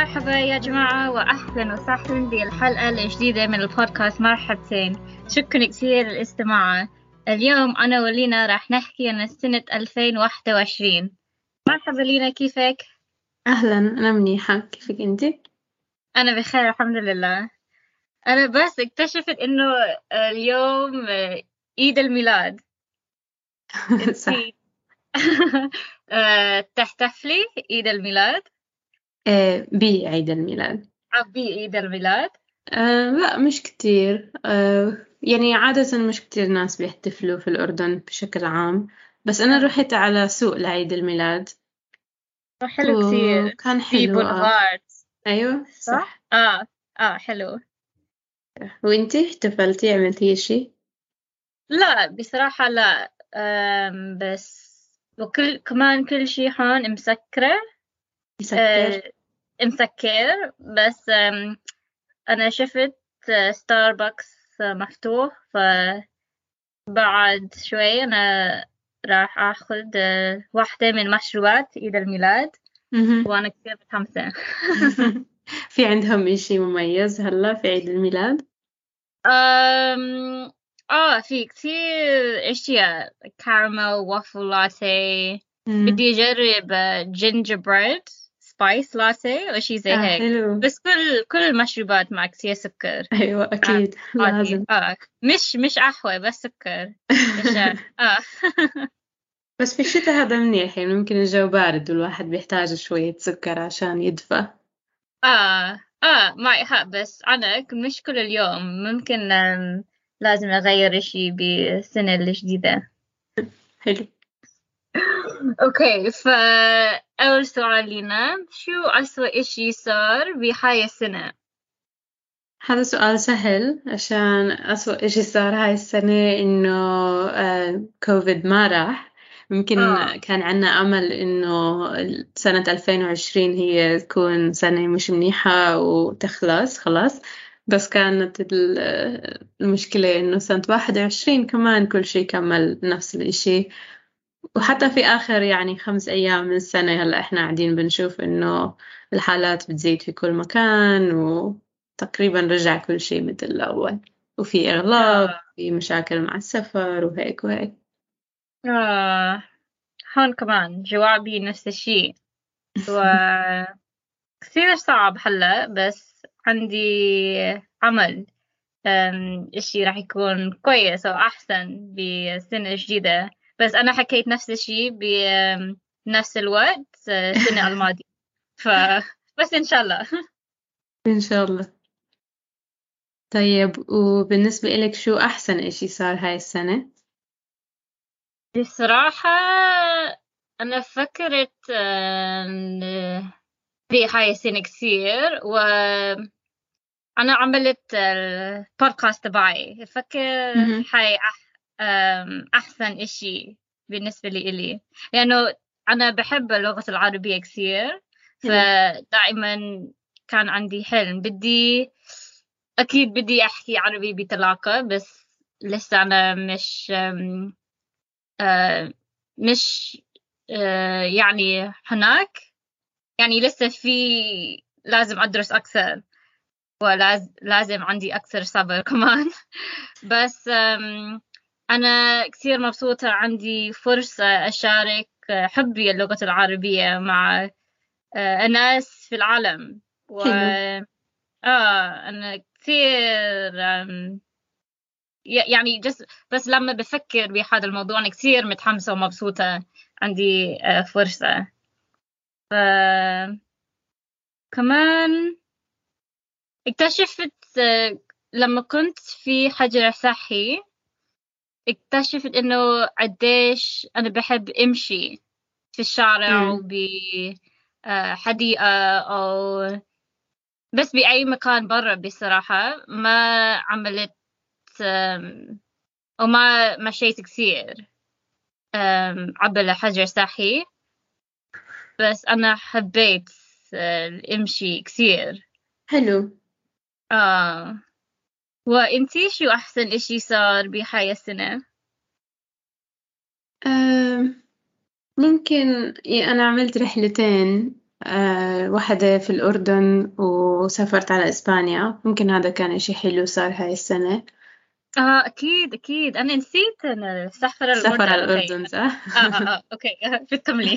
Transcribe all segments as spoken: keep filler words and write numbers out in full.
مرحبا يا جماعة وأهلا وسهلا بالحلقة الجديدة من البودكاست مرحبتين. شكرا كثير للاستماع. اليوم أنا ولينا راح نحكي عن سنة ألفين وواحد وعشرين. مرحبا لينا، كيفك؟ أهلا، أنا منيحة. كيفك أنتي؟ أنا بخير الحمد لله. أنا بس اكتشفت إنه اليوم عيد الميلاد. صح. انتي تحتفلي عيد الميلاد؟ آه بعيد الميلاد. عبي عيد الميلاد؟ آه لا، مش كتير. آه يعني عادة مش كتير ناس بيحتفلوا في الأردن بشكل عام. بس أنا آه. رحت على سوق لعيد الميلاد حلو كثير. وكان في حلو. آه بولفارد أيوة صح؟ صح. آه آه حلو. وأنتي احتفلتي، عملتي شي؟ لا بصراحة لا. أم بس وكل كمان كل شيء هون مسكرة. مسكر. أه مسكر بس أم أنا شفت ستاربكس مفتوح، فبعد شوي أنا راح أخذ أه واحدة من مشروبات عيد الميلاد، مهم. وأنا كثير متحمسة. في عندهم إشي مميز هلا في عيد الميلاد؟ أم آه في كثير أشياء، كاراميل وافل لاتيه. مم. بدي أجرب جينجر بريد سبايس لاتيه أو شي زي آه هيك. حلو. بس كل كل المشروبات مع كثير سكر. أيوة آه أكيد عادي، لازم. آه مش مش قهوة بس سكر. عشان آه بس في الشتاء هذا منيح، يعني ممكن الجو بارد والواحد بيحتاج شوية سكر عشان يدفى. آه آه معي حق، بس أنا مش كل اليوم. ممكن أم، لازم أغير إشي بالسنة الجديدة. حلو. اوكي، فأول سؤال لنا، شو أسوأ إشي صار بهاي السنة؟ هذا سؤال سهل عشان أسوأ إشي صار هاي السنة إنه آه كوفيد ما راح. يمكن آه كان عنا أمل إنه سنة ألفين وعشرين هي تكون سنة مش منيحة وتخلص خلاص. بس كانت ال- المشكلة إنه سنة واحد وعشرين كمان كل شي كمل نفس الإشي. وحتى في آخر يعني خمس أيام من السنة هلأ إحنا قاعدين بنشوف إنه الحالات بتزيد في كل مكان، وتقريبا رجع كل شيء مثل الأول، وفي إغلاق، آه في مشاكل مع السفر وهيك وهيك. آه هون كمان جوابي نفس الشيء، وكثير صعب هلا. بس عندي عمل أم، إشي راح يكون كويس أو أحسن بالسنة الجديدة. بس أنا حكيت نفس الشيء بنفس الوقت السنة الماضية، ف بس إن شاء الله. إن شاء الله. طيب، وبالنسبة إلك شو أحسن إشي صار هاي السنة؟ بصراحة أنا فكرت آه، في هاي السنة كثير، وأنا عملت البودكاست تبعي. فكر مهم. هاي أح آم، أحسن إشي بالنسبة لي إلي، لأنه أنا بحب اللغة العربية كثير. حلو. فدائما كان عندي حلم، بدي أكيد بدي أحكي عربي بطلاقة، بس لسه أنا مش آم، آه، مش آه، يعني هناك. يعني لسه في لازم أدرس أكثر، ولازم لازم عندي أكثر صبر كمان. بس آم، أنا كثير مبسوطة عندي فرصة أشارك حبي اللغة العربية مع آه، الناس في العالم. و حلو. آه أنا كثير آم، ي- يعني جس بس لما بفكر بهذا الموضوع أنا كثير متحمسة ومبسوطة. عندي آه، فرصة. ف كمان اكتشفت آه، لما كنت في حجر صحي، اكتشفت إنه قديش أنا بحب أمشي في الشارع امم. وبحديقة، أو بس بأي مكان برا. بصراحة ما عملت آم، أو ما مشيت كثير آم، عبر حجر صحي. بس أنا حبيت آه، أمشي كثير. حلو. آه وإنتي شو أحسن إشي صار بهاي السنة؟ أم، ممكن ي- أنا عملت رحلتين. آه، واحدة في الأردن وسافرت على إسبانيا. ممكن هذا كان إشي حلو صار هاي السنة. اه اكيد اكيد انا نسيت انا سفر سفر الاردن. على اوكي. الأردن صح؟ اه اه اه اوكي بتكملي.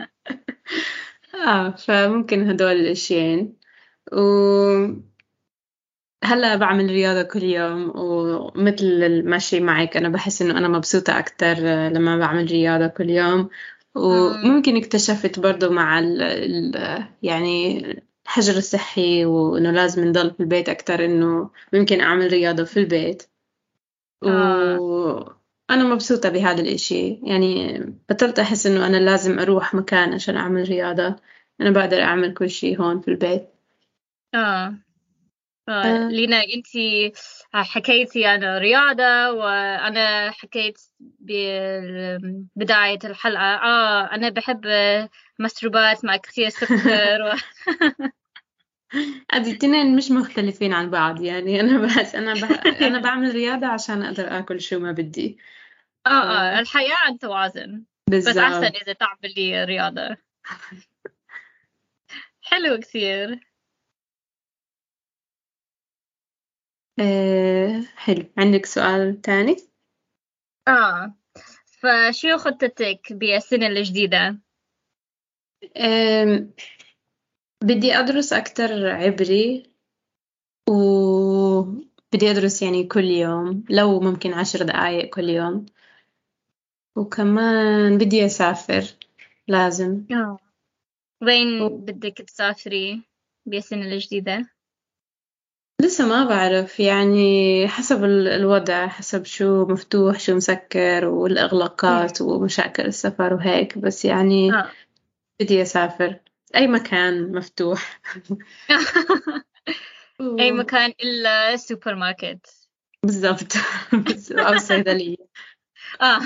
آه فممكن هدول الأشيين. وهلأ بعمل رياضة كل يوم، ومثل المشي معك أنا بحس إنه أنا مبسوطة أكتر لما بعمل رياضة كل يوم. أمم. وممكن اكتشفت برضو مع ال ال يعني الحجر الصحي، وإنه لازم نضل في البيت أكتر، إنه ممكن أعمل رياضة في البيت. اه وأنا مبسوطة بهذا الإشي. يعني بطلت أحس إنه أنا لازم أروح مكان عشان أعمل رياضة. أنا بقدر أعمل كل شي هون في البيت. اه آه، أه. لينا انتي حكيتي عن رياضة وانا حكيت ببداية الحلقة اه انا بحب مشروبات مع كثير سكر و... هذه التنين مش مختلفين عن بعض. يعني أنا بحس أنا بح... أنا بعمل رياضة عشان أقدر آكل شو ما بدي. اه ف... اه الحياة عن توازن. بس احسن بالضبط. اذا تعملي رياضة. حلو كثير. أه حلو. عندك سؤال تاني؟ اه فشو خطتك بالسنة الجديدة؟ أه بدي أدرس أكتر عبري، وبدي أدرس يعني كل يوم، لو ممكن عشر دقايق كل يوم. وكمان بدي أسافر، لازم. اه وين بدك تسافري بالسنة الجديدة؟ لسه ما بعرف، يعني حسب ال- الوضع، حسب شو مفتوح شو مسكر، والإغلاقات مم. ومشاكل السفر وهيك. بس يعني اه بدي أسافر أي مكان مفتوح. أي و- مكان إلا السوبر ماركت. بالضبط. بس- أو الصيدلية. آه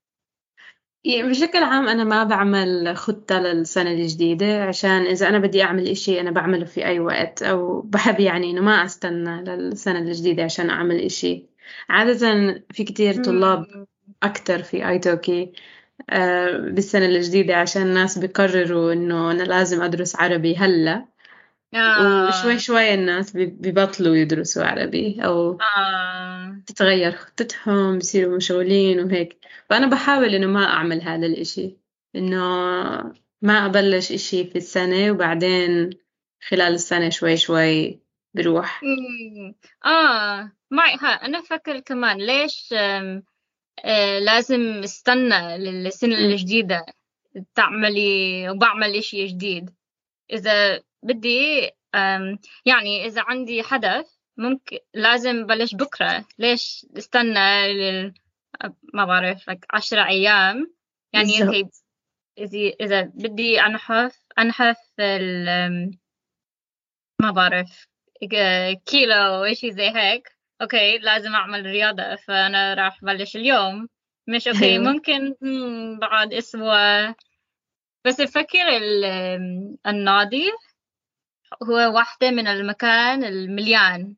يعني بشكل عام أنا ما بعمل خطة للسنة الجديدة، عشان إذا أنا بدي أعمل إشي أنا بعمله في أي وقت، أو بحب يعني إنه ما أستنى للسنة الجديدة عشان أعمل إشي. عادة في كتير طلاب مم. أكتر في آيتوكي آه، بالسنة الجديدة، عشان الناس بيقرروا إنه أنا لازم أدرس عربي هلأ. وشوي آه شوي الناس بي- بيبطلوا يدرسوا عربي، أو آه تتغير خطتهم، بصيروا مشغولين وهيك. فأنا بحاول إنه ما أعمل هذا الإشي، إنه ما أبلش إشي في السنة وبعدين خلال السنة شوي شوي بروح. مم. آه معي ها أنا أفكر كمان ليش آم، آه لازم استنى للسنة م- الجديدة تعملي وبعمل إشي جديد. إذا بدي أم يعني إذا عندي حدث ممكن لازم بلش بكرة. ليش استنى لل... ما بعرف لك عشرة أيام. يعني أوكي بالضبط. إذا إذا بدي أنحف أنحف ال... ما بعرف ك- كيلو أو إشي زي هيك. أوكي لازم أعمل رياضة فأنا راح بلش اليوم. مش أوكي أيوة. ممكن مم، بعد أسبوع. بس أفكر ال... النادي هو واحدة من المكان المليان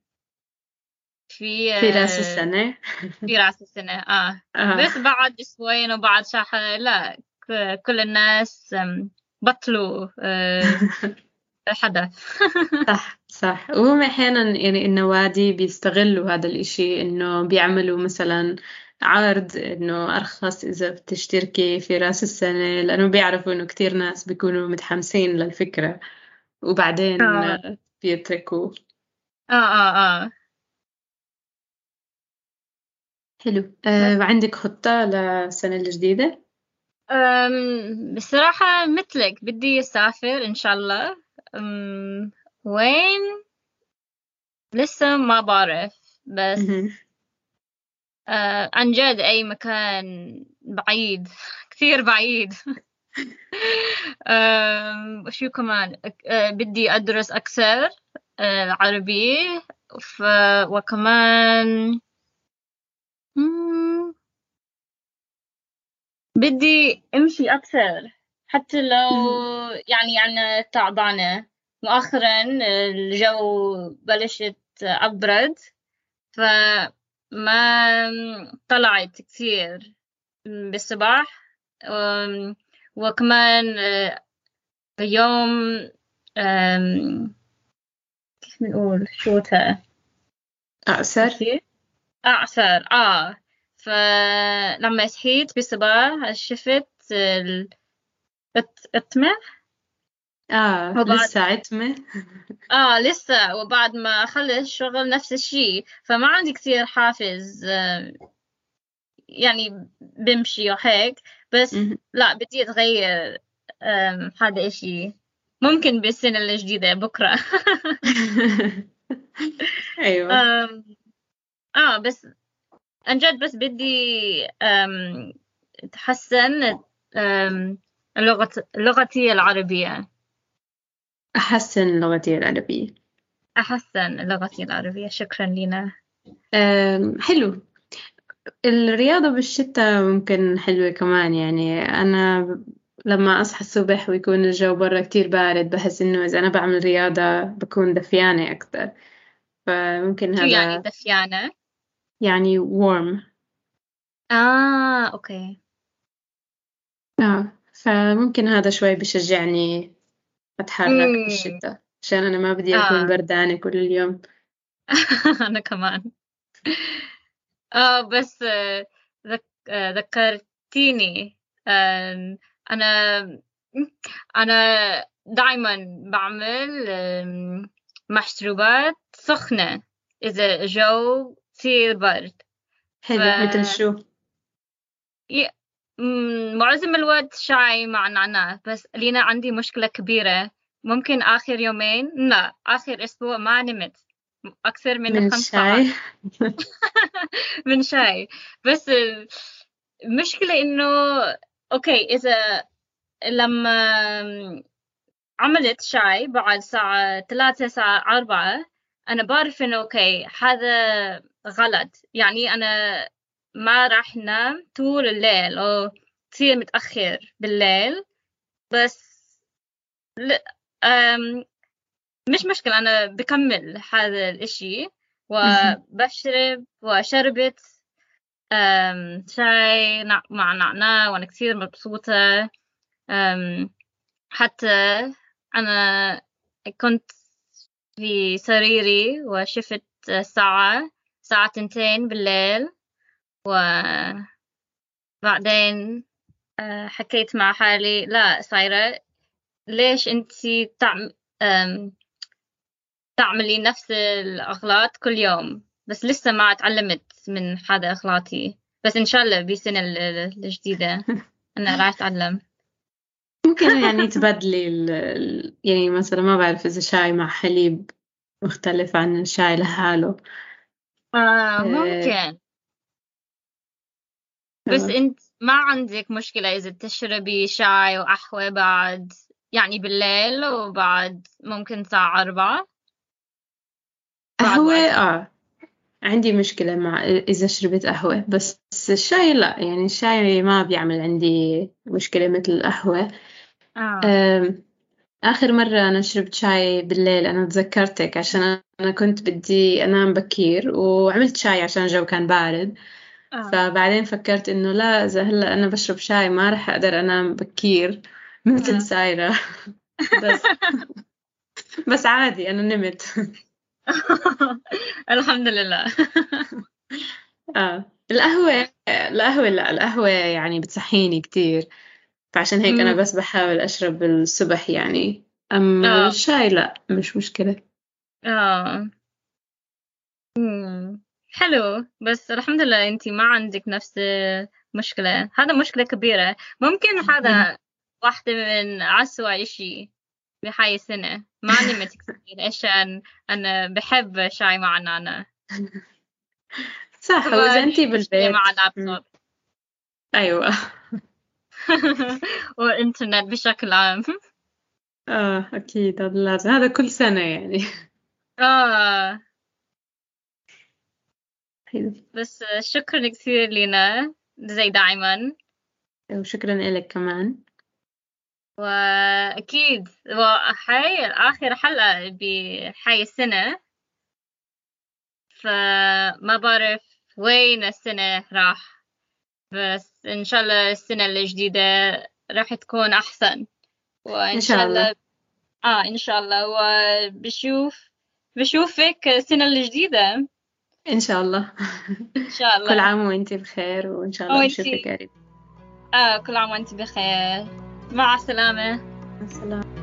في في رأس آه، السنة. في رأس السنة آه آه. بس بعد أسبوعين وبعد شهر لا ك- كل الناس آم، بطلوا آه، حدث. صح صح. وهم أحيانا يعني النوادي بيستغلوا هذا الإشي، إنه بيعملوا مثلا عرض إنه أرخص إذا بتشتركي في رأس السنة، لأنه بيعرفوا إنه كتير ناس بيكونوا متحمسين للفكرة، وبعدين آه آه، بيتركوا. آه آه آه حلو. بس أه عندك خطة للسنة الجديدة؟ آم، بصراحة مثلك بدي أسافر إن شاء الله. آم، وين لسه ما بعرف بس مهم. آه عن جد أي مكان بعيد كثير بعيد. آه وشو كمان آه بدي أدرس أكثر آه عربي. ف وكمان مم، بدي أمشي أكثر حتى لو مهم. يعني أنا تعبانة. مؤخرا الجو بلشت أبرد فما طلعت كثير بالصباح. أم، وكمان اليوم أم... كيف بنقول شوتها أقصر. كيف أعصر آه فلما صحيت بصباح شفت ال- الت- التمة. آه وبعد لسه عتمة. آه لسه، وبعد ما أخلص شغل نفس الشيء، فما عندي كثير حافز آه، يعني بمشي وهيك. بس مهم. لا، بدي أتغير. آم، هذا إشي ممكن بالسنة الجديدة بكرة. أيوة. آم، آه بس عن جد، بس بدي آم، تحسن آم، اللغة لغتي العربية. أحسن لغتي العربية. أحسن لغتي العربية. شكرا لنا. أم، حلو. الرياضة بالشتاء ممكن حلوة كمان، يعني أنا لما أصحى الصبح ويكون الجو برا كتير بارد بحس إنه إذا أنا بعمل رياضة بكون دفيانة أكتر، فممكن شو يعني هذا دفيانة؟ يعني warm. آه أوكي. آه فممكن هذا شوي بشجعني أتحرك أمم بالشتاء عشان أنا ما بدي أكون آه. بردانة كل اليوم. أنا كمان. آه بس آه، ذك... آه، ذكرتيني. آه، أنا أنا دائما بعمل آم، مشروبات سخنة إذا الجو كثير برد. ف حلو، مثل شو؟ ي- م- معظم الوقت شاي مع نعناع، بس لينا عندي مشكلة كبيرة. ممكن آخر يومين، لا آخر أسبوع ما نمت أكثر من من خمس ساعات الشاي. من شاي. بس المشكلة إنه أوكي، إذا لما عملت شاي بعد ساعة ثلاثة ساعة أربعة، أنا بعرف إنه أوكي هذا غلط، يعني أنا ما راح نام طول الليل أو كثير متأخر بالليل. بس ل... أم... مش مشكلة، أنا بكمل هذا الإشي وبشرب وشربت أم... شاي نع- مع نعناع، وأنا كثير مبسوطة. أم... حتى أنا كنت في سريري وشفت الساعة الساعة تنتين بالليل، وبعدين أه، حكيت مع حالي لا سايرة، ليش أنتي تعم... أم... تعملي نفس الأغلاط كل يوم؟ بس لسه ما تعلمت من هذا أغلاطي، بس إن شاء الله بالسنة ال- ال- الجديدة أنا راح أتعلم. ممكن يعني تبدلي ال... ال- يعني مثلا ما بعرف إذا شاي مع حليب مختلف عن الشاي لحاله. آه آه، ممكن. بس آه. أنت ما عندك مشكلة إذا تشربي شاي وقهوة بعد، يعني بالليل وبعد ممكن الساعة أربعة بعد قهوة وقت؟ آه عندي مشكلة مع إذا شربت قهوة، بس الشاي لا، يعني الشاي ما بيعمل عندي مشكلة مثل القهوة. آه آم، آخر مرة أنا شربت شاي بالليل أنا تذكرتك عشان أنا كنت بدي أنام بكير وعملت شاي عشان الجو كان بارد. آه فبعدين فكرت إنه لا، إذا هلأ أنا بشرب شاي ما رح أقدر أنام بكير مثل آه. سايرة. بس بس عادي أنا نمت. الحمد لله. آه القهوة القهوة لا، القهوة يعني بتصحيني كتير، فعشان هيك أنا أمم، بس بحاول أشرب الصبح يعني. أما آه الشاي لا، مش مشكلة. آه أمم. حلو، بس الحمد لله أنتي ما عندك نفس مشكلة. هذا مشكلة كبيرة. ممكن هذا واحدة من أسوأ إشي بهاي السنة، ما نمت كثير عشان أنا بحب شاي مع نانا. صح، وإذا كمان أنتي مشكلة بالبيت. مع مم. اللابتوب. أيوة. والإنترنت بشكل عام. آه أكيد هذا لازم، هذا كل سنة يعني. آه حلو. بس شكرا كثير لنا زي دائما. وشكرا إلك كمان. وأكيد وهاي آخر حلقة بهاي السنة، فما بعرف وين السنة راح، بس إن شاء الله السنة الجديدة راح تكون أحسن. وإن إن شاء شاء الله. الله آه إن شاء الله وبشوف بشوفك السنة الجديدة إن شاء الله. إن شاء كل الله. عام وأنت بخير، وإن شاء الله بشوفك وإنتي قريب. آه كل عام وإنتي بخير. مع السلامة. مع السلامة.